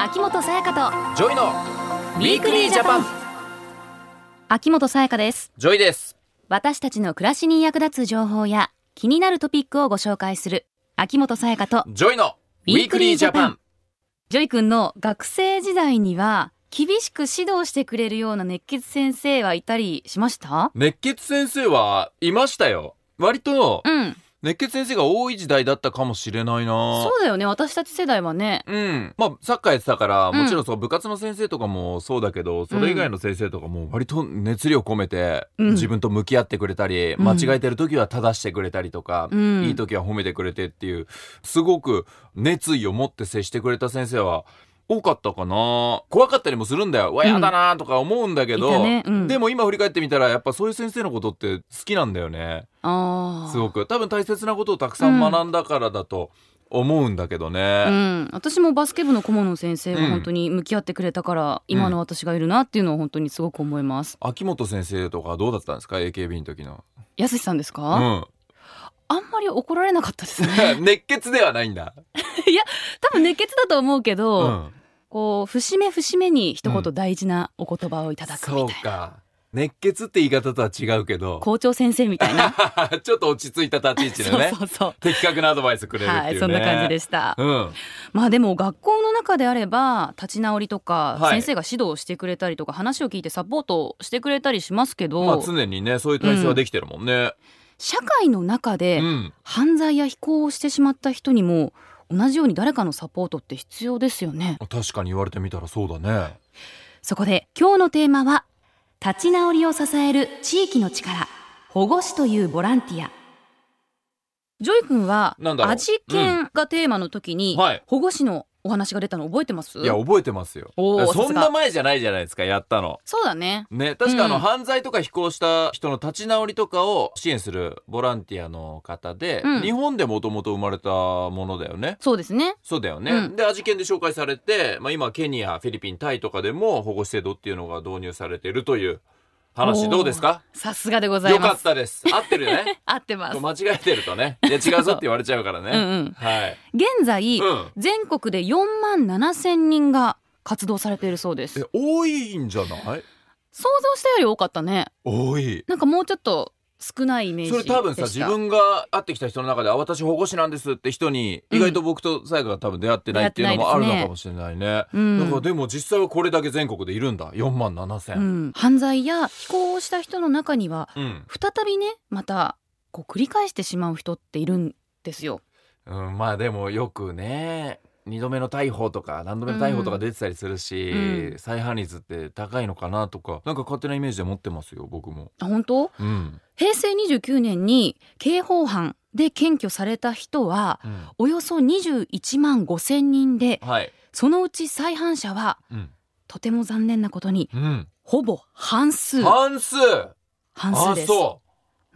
秋元才加とジョイのウィークリージャパン。 秋元才加です。 ジョイです。 私たちの暮らしに役立つ情報や気になるトピックをご紹介する秋元才加とジョイのウィークリージャパン。 ジョイ君の学生時代には厳しく指導してくれるような熱血先生はいたりしました？ 熱血先生はいましたよ。割と熱血先生が多い時代だったかもしれないな。 そうだよね、私たち世代はね。 まあサッカーやってたからもちろんそう部活の先生とかもそうだけど、それ以外の先生とかも割と熱量込めて自分と向き合ってくれたり、間違えてる時は正してくれたりとか、いい時は褒めてくれてっていうすごく熱意を持って接してくれた先生は多かったかな。怖かったりもするんだよ。わ、やだなとか思うんだけど、でも今振り返ってみたらやっぱそういう先生のことって好きなんだよね。すごく多分大切なことをたくさん学んだからだと思うんだけどね。 私もバスケ部の顧問の先生が本当に向き合ってくれたから、今の私がいるなっていうのを本当にすごく思います。 秋元先生とかどうだったんですか？ AKB の時のやすしさんですか？あんまり怒られなかったですね。 熱血ではないんだ。 いや多分熱血だと思うけど、こう節目節目に一言大事なお言葉をいただくみたいな。 そうか、熱血って言い方とは違うけど校長先生みたいなちょっと落ち着いた立ち位置でねそう的確なアドバイスくれるっていうね、 はい、そんな感じでした。まあでも学校の中であれば立ち直りとか、先生が指導してくれたりとか話を聞いてサポートしてくれたりしますけど、 常にねそういう体制はできてるもんね。 社会の中で犯罪や非行をしてしまった人にも同じように誰かのサポートって必要ですよね。 確かに言われてみたらそうだね。 そこで今日のテーマは立ち直りを支える地域の力、保護司というボランティア。ジョイ君はアジケンがテーマの時に保護司のお話が出たの覚えてます？ いや覚えてますよ。そんな前じゃないじゃないですか、やったの。そうだね。 確か犯罪とか非行した人の立ち直りとかを支援するボランティアの方で、日本でもともと生まれたものだよね。 そうですね。 そうだよね。でアジケンで紹介されて、今ケニア、フィリピン、タイとかでも保護制度っていうのが導入されているという話。どうですか？ さすがでございます。 よかったです。合ってるね。 合ってます。 間違えてるとね、いや違うぞって言われちゃうからね。 現在、全国で4万7千人が活動されているそうです。 多いんじゃない？ 想像したより多かったね。 多い。 なんかもうちょっと少ないイメージでした。 それ多分さ、自分が会ってきた人の中で私保護司なんですって人に、意外と僕とさやかが多分出会ってないっていうのもあるのかもしれないね。だからでも実際はこれだけ全国でいるんだ。4万7千、 犯罪や非行をした人の中には、再びねまたこう繰り返してしまう人っているんですよ。 まあでもよくね2度目の逮捕とか何度目の逮捕とか出てたりするし、再犯率って高いのかなとか、なんか勝手なイメージで持ってますよ僕も。 本当？平成29年に刑法犯で検挙された人は、およそ21万5千人で、そのうち再犯者は、とても残念なことに、ほぼ半数です。 そう、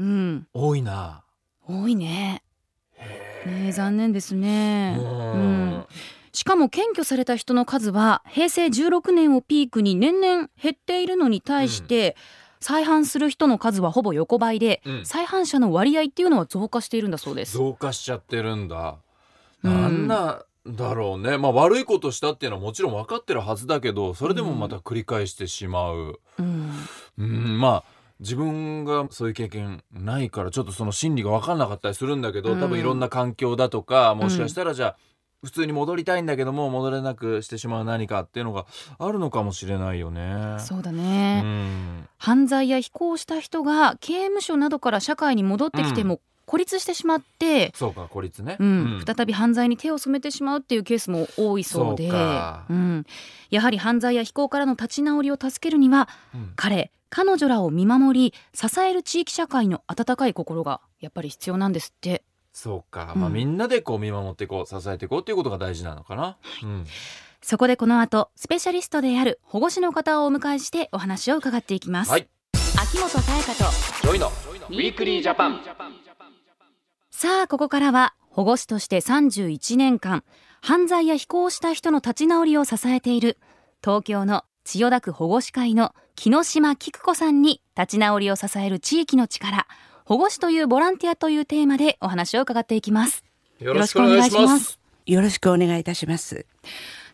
多いな。 多いね。残念ですね。しかも検挙された人の数は平成16年をピークに年々減っているのに対して、再犯する人の数はほぼ横ばいで、再犯者の割合っていうのは増加しているんだそうです。 増加しちゃってるんだ。なんなんだろうね。悪いことしたっていうのはもちろん分かってるはずだけど、それでもまた繰り返してしまう。自分がそういう経験ないからちょっとその心理が分かんなかったりするんだけど、多分いろんな環境だとか、もしかしたらじゃあ普通に戻りたいんだけども戻れなくしてしまう何かっていうのがあるのかもしれないよね。 そうだね。犯罪や非行した人が刑務所などから社会に戻ってきても、孤立してしまって、 そうか、孤立ね、 再び犯罪に手を染めてしまうっていうケースも多いそうで、やはり犯罪や非行からの立ち直りを助けるには、彼女らを見守り支える地域社会の温かい心がやっぱり必要なんですって。 そうか、みんなでこう見守っていこう、支えていこうっていうことが大事なのかな。 そこでこの後スペシャリストである保護司の方をお迎えしてお話を伺っていきます。秋元才加とジョイのウィークリージャパン。 さあここからは保護司として31年間犯罪や非行をした人の立ち直りを支えている東京の千代田区保護司会の木島菊子さんに立ち直りを支える地域の力、保護司というボランティアというテーマでお話を伺っていきます。 よろしくお願いします。 よろしくお願いいたします。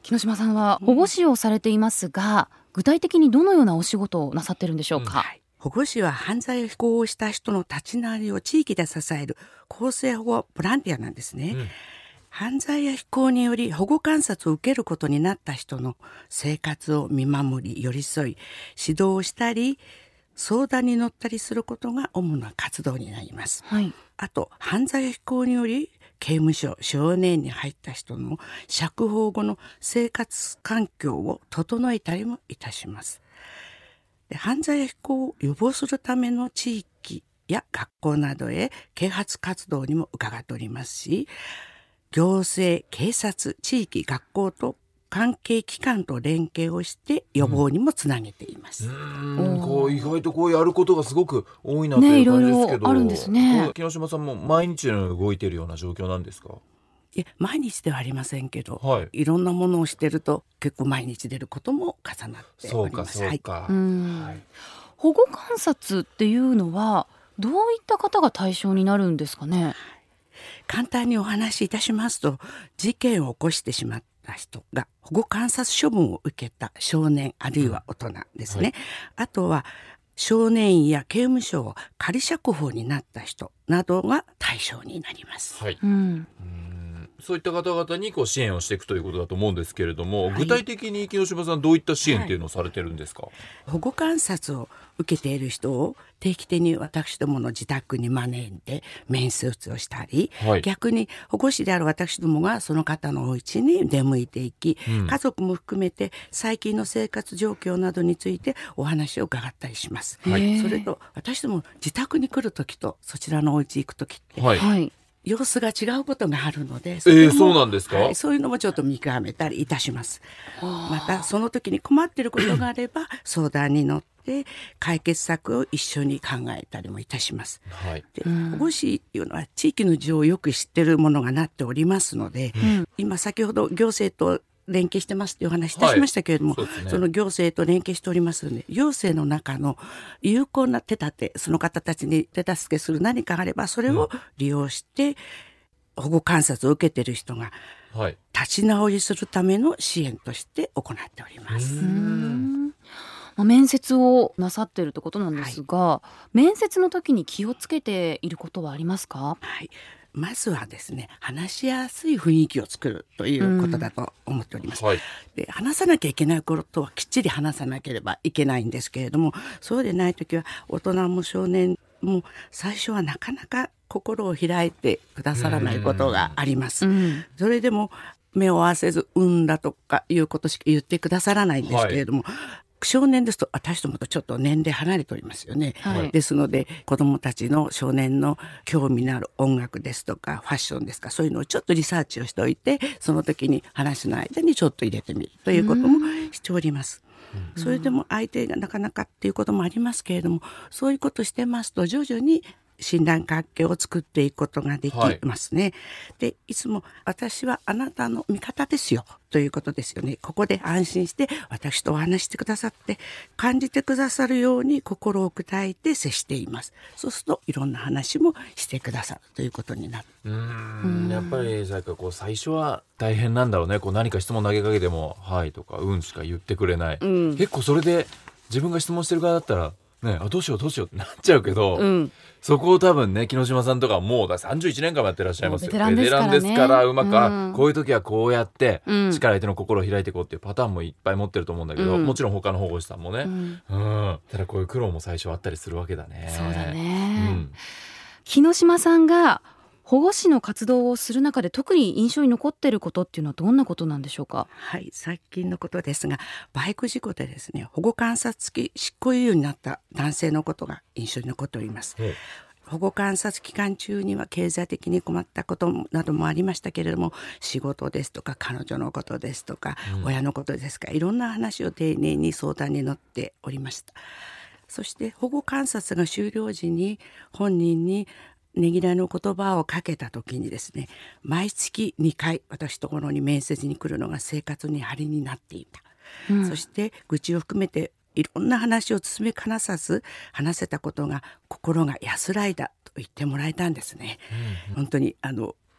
木島さんは保護司をされていますが、具体的にどのようなお仕事をなさってるんでしょうか？ 保護司は犯罪や非行をした人の立ち直りを地域で支える更生保護ボランティアなんですね。犯罪や非行により保護観察を受けることになった人の生活を見守り寄り添い指導をしたり相談に乗ったりすることが主な活動になります。あと犯罪や非行により刑務所少年に入った人の釈放後の生活環境を整えたりもいたします。で犯罪や非行を予防するための地域や学校などへ啓発活動にも伺っておりますし、行政、警察、地域、学校と関係機関と連携をして予防にもつなげています。 こう意外とこうやることがすごく多いなという感じですけど、 いろいろあるんですね。 木島さんも毎日のように動いているような状況なんですか？ いや毎日ではありませんけど、いろんなものをしてると結構毎日出ることも重なっております。 保護観察っていうのはどういった方が対象になるんですかね？ 簡単にお話しいたしますと、事件を起こしてしまった人が保護観察処分を受けた少年あるいは大人ですね、あとは少年院や刑務所を仮釈放になった人などが対象になります。 そういった方々にこう支援をしていくということだと思うんですけれども、具体的に木島さんどういった支援っていうのをされてるんですか？ 保護観察を受けている人を定期的に私どもの自宅に招いて面接をしたり、逆に保護司である私どもがその方のお家に出向いていき、家族も含めて最近の生活状況などについてお話を伺ったりします。それと私ども自宅に来るときとそちらのお家行くときって、様子が違うことがあるので、 そうなんですか？ そういうのもちょっと見極めたりいたします。またその時に困っていることがあれば相談に乗って解決策を一緒に考えたりもいたします。で保護司というのは地域の事情をよく知っているものがなっておりますので、今先ほど行政と連携してますというお話いたしましたけれども、その行政と連携しておりますので、行政の中の有効な手立て、その方たちに手助けする何かあればそれを利用して保護観察を受けている人が立ち直りするための支援として行っております。 面接をなさっているということなんですが、面接の時に気をつけていることはありますか？ まずはですね、話しやすい雰囲気を作るということだと思っております。で話さなきゃいけないことはきっちり話さなければいけないんですけれども、そうでないときは大人も少年も最初はなかなか心を開いてくださらないことがあります。それでも目を合わせずだとかいうことしか言ってくださらないんですけれども、少年ですと私どもとちょっと年齢離れておりますよね、ですので子どもたちの少年の興味のある音楽ですとかファッションですか、そういうのをちょっとリサーチをしておいて、その時に話の間にちょっと入れてみるということもしております。それでも相手がなかなかっていうこともありますけれども、そういうことしてますと徐々に信頼関係を作っていくことができますね。でいつも私はあなたの味方ですよということですよね。ここで安心して私とお話してくださって感じてくださるように心を砕いて接しています。そうするといろんな話もしてくださるということになる。 やっぱりこう最初は大変なんだろうね。こう何か質問投げかけてもはいとかしか言ってくれない、結構それで自分が質問してる側だったらどうしようってなっちゃうけど、そこを多分ね木島さんとかもう31年間もやってらっしゃいますよ。ベテランですからうまく、こういう時はこうやってしっかり相手の心を開いていこうっていうパターンもいっぱい持ってると思うんだけど、もちろん他の保護士さんもね、ただこういう苦労も最初あったりするわけだね。 そうだね、木島さんが保護司の活動をする中で特に印象に残っていることっていうのはどんなことなんでしょうか？ 最近のことですが、バイク事故でですね、保護観察付き執行猶予になった男性のことが印象に残っております。保護観察期間中には経済的に困ったことなどもありましたけれども、仕事ですとか彼女のことですとか、親のことですか、いろんな話を丁寧に相談に乗っておりました。そして保護観察が終了時に本人にねぎらいの言葉をかけた時にですね、毎月2回私ところに面接に来るのが生活に張りになっていた、そして愚痴を含めていろんな話を包み話さず話せたことが心が安らいだと言ってもらえたんですね。本当に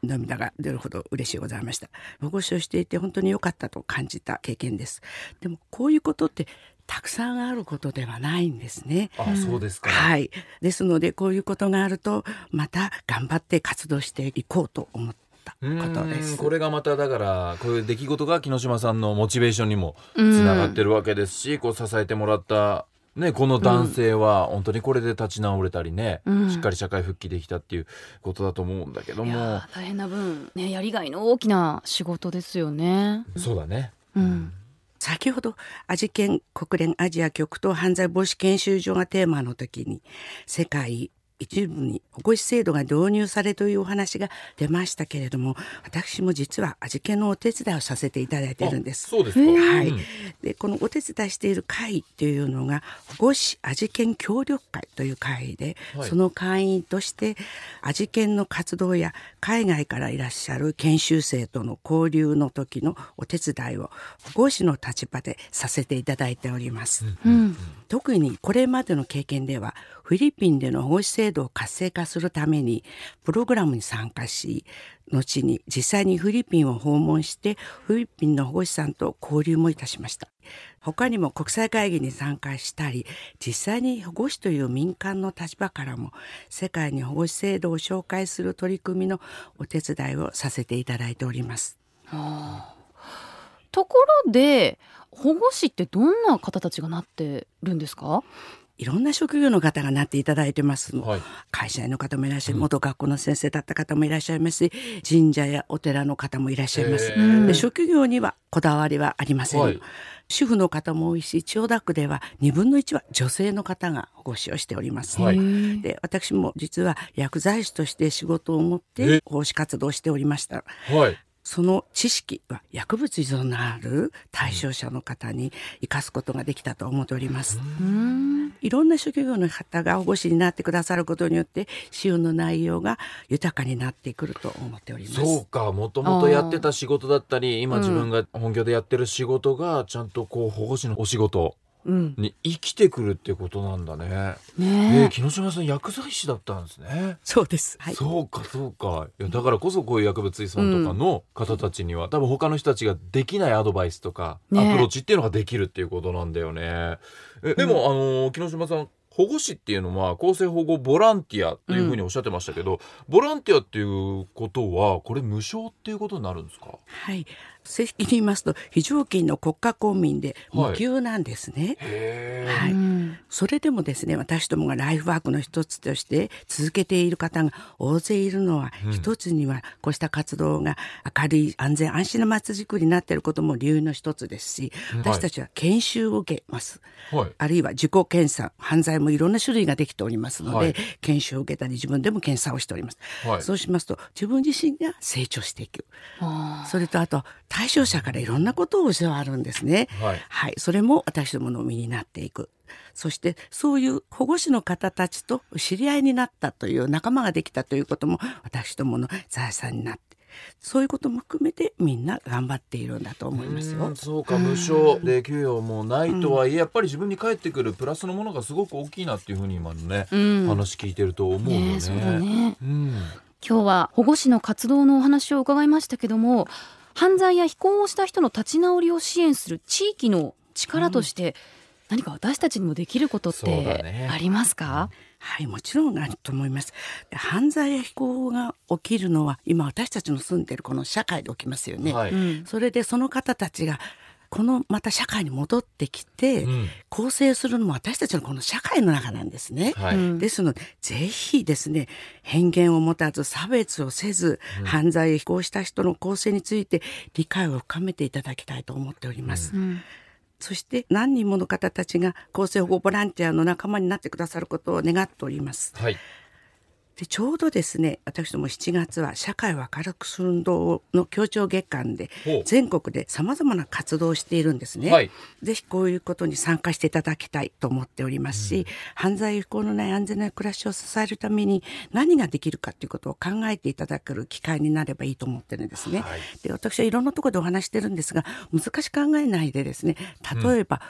涙が出るほど嬉しいございました。保護司をしていて本当に良かったと感じた経験です。でもこういうことってたくさんあることではないんですね。 そうですか。 はい。ですのでこういうことがあるとまた頑張って活動していこうと思ったことです。 これがまただからこういう出来事が木島さんのモチベーションにもつながってるわけですし、こう支えてもらったね、この男性は本当にこれで立ち直れたりね、しっかり社会復帰できたっていうことだと思うんだけども、 大変な分、ね、やりがいの大きな仕事ですよね。 そうだね、 先ほどアジケン国連アジア極東犯罪防止研修所がテーマの時に世界一部に保護司制度が導入されというお話が出ましたけれども、私も実はアジケンのお手伝いをさせていただいているんです。 そうですか。 はい。でこのお手伝いしている会というのが保護司アジケン協力会という会で、その会員としてアジケンの活動や海外からいらっしゃる研修生との交流の時のお手伝いを保護司の立場でさせていただいております。特にこれまでの経験ではフィリピンでの保護司制度を活性化するためにプログラムに参加し、後に実際にフィリピンを訪問してフィリピンの保護司さんと交流もいたしました。他にも国際会議に参加したり、実際に保護司という民間の立場からも世界に保護司制度を紹介する取り組みのお手伝いをさせていただいております。 ところで保護司ってどんな方たちがなってるんですか？ いろんな職業の方がなっていただいてますの、会社員の方もいらっしゃる、元学校の先生だった方もいらっしゃいますし、神社やお寺の方もいらっしゃいます。で職業にはこだわりはありません。主婦の方も多いし、千代田区では2分の1は女性の方が保護司をしております。で私も実は薬剤師として仕事を持って保護司活動をしておりました。その知識は薬物依存のある対象者の方に生かすことができたと思っております。いろんな職業の方が保護司になってくださることによって使用の内容が豊かになってくると思っております。 そうか、もともとやってた仕事だったり今自分が本業でやってる仕事がちゃんとこう保護司のお仕事に生きてくるってことなんだね。木島さん薬剤師だったんですね。 そうです、 そうかそうか。いやだからこそこういう薬物依存とかの方たちには、多分他の人たちができないアドバイスとか、アプローチっていうのができるっていうことなんだよね。でも木島さん、保護司っていうのは公正保護ボランティアというふうにおっしゃってましたけど、ボランティアっていうことはこれ無償っていうことになるんですか？ 正式に言いますと非常勤の国家公務員で無給なんですね。それでもですね、私どもがライフワークの一つとして続けている方が大勢いるのは、一つにはこうした活動が明るい安全安心な街づくりになっていることも理由の一つですし、私たちは研修を受けます。あるいは自己検査、犯罪もいろんな種類ができておりますので、研修を受けたり自分でも検査をしております。そうしますと自分自身が成長していく。それとあと対象者からいろんなことを教わるんですね。それも私どもの身になっていく。そしてそういう保護司の方たちと知り合いになったという仲間ができたということも私どもの財産になって、そういうことも含めてみんな頑張っているんだと思いますよ。 そうか、無償で給与もないとはいえ、やっぱり自分に返ってくるプラスのものがすごく大きいなっていうふうに今のね、話聞いてると思うよね。 そうだね。今日は保護司の活動のお話を伺いましたけども、犯罪や非行をした人の立ち直りを支援する地域の力として、何か私たちにもできることってありますか？ もちろんあると思います。犯罪や非行が起きるのは今私たちの住んでいるこの社会で起きますよね。それでその方たちがこのまた社会に戻ってきて、更生するのも私たちのこの社会の中なんですね。ですのでぜひですね、偏見を持たず差別をせず、犯罪や非行した人の更生について理解を深めていただきたいと思っております。そして何人もの方たちが公正保護ボランティアの仲間になってくださることを願っております。でちょうどですね、私ども7月は社会を明るくする運動の協調月間で全国でさまざまな活動をしているんですね。ぜひこういうことに参加していただきたいと思っておりますし、犯罪や非行のない安全な暮らしを支えるために何ができるかということを考えていただける機会になればいいと思ってるんですね。で私はいろんなところでお話してるんですが、難しく考えないでですね、例えば、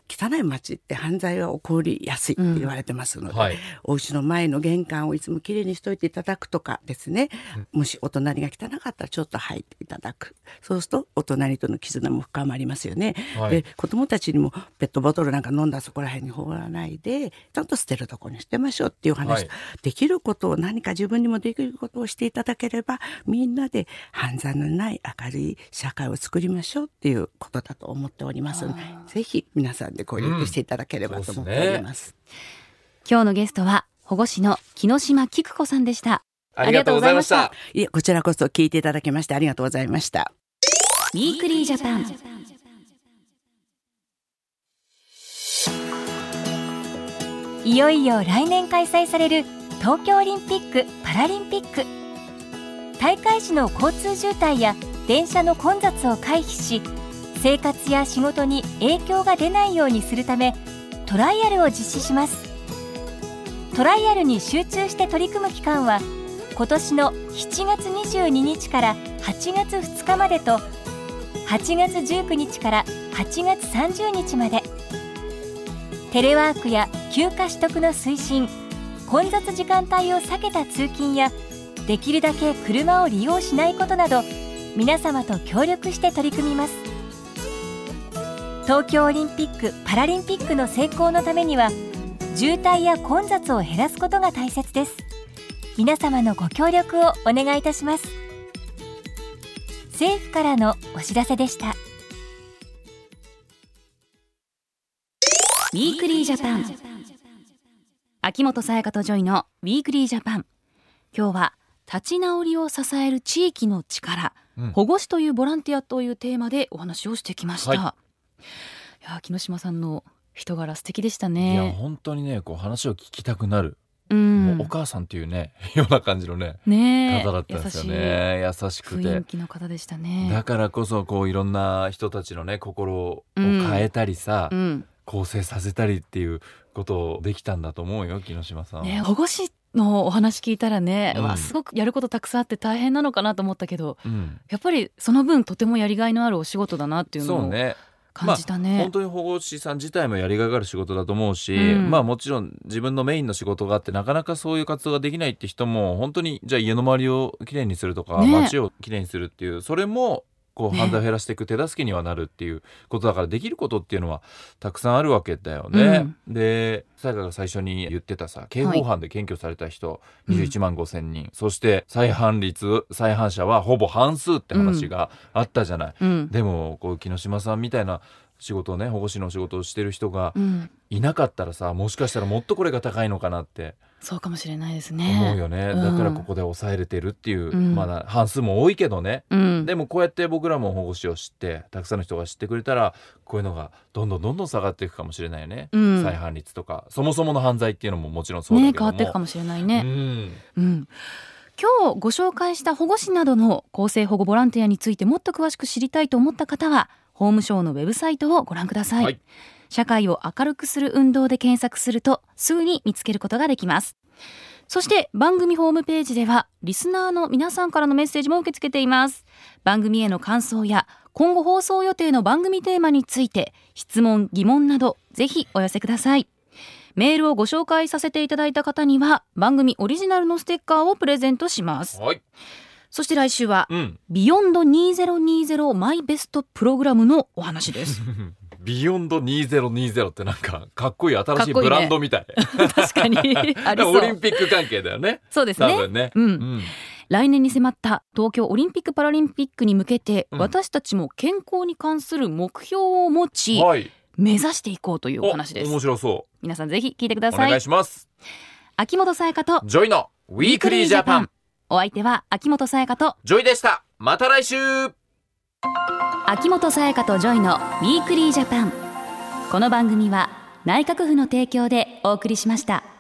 汚い街って犯罪が起こりやすいって言われてますので、お家の前の玄関をいつもきれいにしといていただくとかですね、もしお隣が汚かったらちょっと入っていただく。そうするとお隣との絆も深まりますよね。で、子どもたちにもペットボトルなんか飲んだらそこら辺に放らないでちゃんと捨てるところに捨てましょうっていう話、できることを何か自分にもできることをしていただければ、みんなで犯罪のない明るい社会を作りましょうっていうことだと思っておりますので、ぜひ皆さんで協力していただければと思っております。 今日のゲストは保護司の木島菊子さんでした。 ありがとうございました。 いえ、こちらこそ聞いていただきましてありがとうございました。 ウィークリージャパン。 いよいよ来年開催される東京オリンピック・パラリンピック。大会時の交通渋滞や電車の混雑を回避し、生活や仕事に影響が出ないようにするため、トライアルを実施します。トライアルに集中して取り組む期間は今年の7月22日から8月2日までと8月19日から8月30日まで。テレワークや休暇取得の推進、混雑時間帯を避けた通勤やできるだけ車を利用しないことなど、皆様と協力して取り組みます。東京オリンピック・パラリンピックの成功のためには、渋滞や混雑を減らすことが大切です。皆様のご協力をお願いいたします。政府からのお知らせでした。 ウィークリージャパン。秋元才加とジョイのウィークリージャパン。今日は立ち直りを支える地域の力、保護司というボランティアというテーマでお話をしてきました。いや、木島さんの人柄素敵でしたね。 いや、本当にね、こう話を聞きたくなる、もうお母さんっていうねような感じのね方だったんですよね。優しくて雰囲気の方でしたね。 だからこそこういろんな人たちのね心を変えたりさ、構成させたりっていうことをできたんだと思うよ、木島さん、 保護司のお話聞いたらね、すごくやることたくさんあって大変なのかなと思ったけど、やっぱりその分とてもやりがいのあるお仕事だなっていうのを感じたね。 本当に保護司さん自体もやりがいがある仕事だと思うし、もちろん自分のメインの仕事があってなかなかそういう活動ができないって人も、本当にじゃあ家の周りをきれいにするとか、街をきれいにするっていう、それもこう犯罪を減らしていく手助けにはなるっていうことだから、できることっていうのはたくさんあるわけだよね。で、才加が最初に言ってたさ、刑法犯で検挙された人21万5千人、そして再犯者はほぼ半数って話があったじゃない。でもこう木島さんみたいな仕事をね、保護司の仕事をしてる人がいなかったらさ、もしかしたらもっとこれが高いのかなってそうかもしれないですね。 思うよね。だからここで抑えれてるっていう、まだ半数も多いけどね、でもこうやって僕らも保護司を知って、たくさんの人が知ってくれたら、こういうのがどんどん下がっていくかもしれないよね。再犯率とかそもそもの犯罪っていうのももちろんそうだけども、 変わっていくかもしれないね。今日ご紹介した保護司などの更生保護ボランティアについてもっと詳しく知りたいと思った方は、法務省のウェブサイトをご覧ください。社会を明るくする運動で検索するとすぐに見つけることができます。そして番組ホームページではリスナーの皆さんからのメッセージも受け付けています。番組への感想や今後放送予定の番組テーマについて質問・疑問などぜひお寄せください。メールをご紹介させていただいた方には番組オリジナルのステッカーをプレゼントします。そして来週は、ビヨンド2020マイベストプログラムのお話ですビヨンド2020ってなんかかっこいい新しいブランドみたい。 確かにありそう。 オリンピック関係だよね。 そうですね。多分ね。来年に迫った東京オリンピック・パラリンピックに向けて、私たちも健康に関する目標を持ち、目指していこうというお話です。 面白そう。 皆さんぜひ聞いてください。 お願いします。 秋元才加とジョイのウィークリージャパン。 お相手は秋元才加とジョイでした。また来週。 秋元才加とジョイのウィークリージャパン。この番組は内閣府の提供でお送りしました。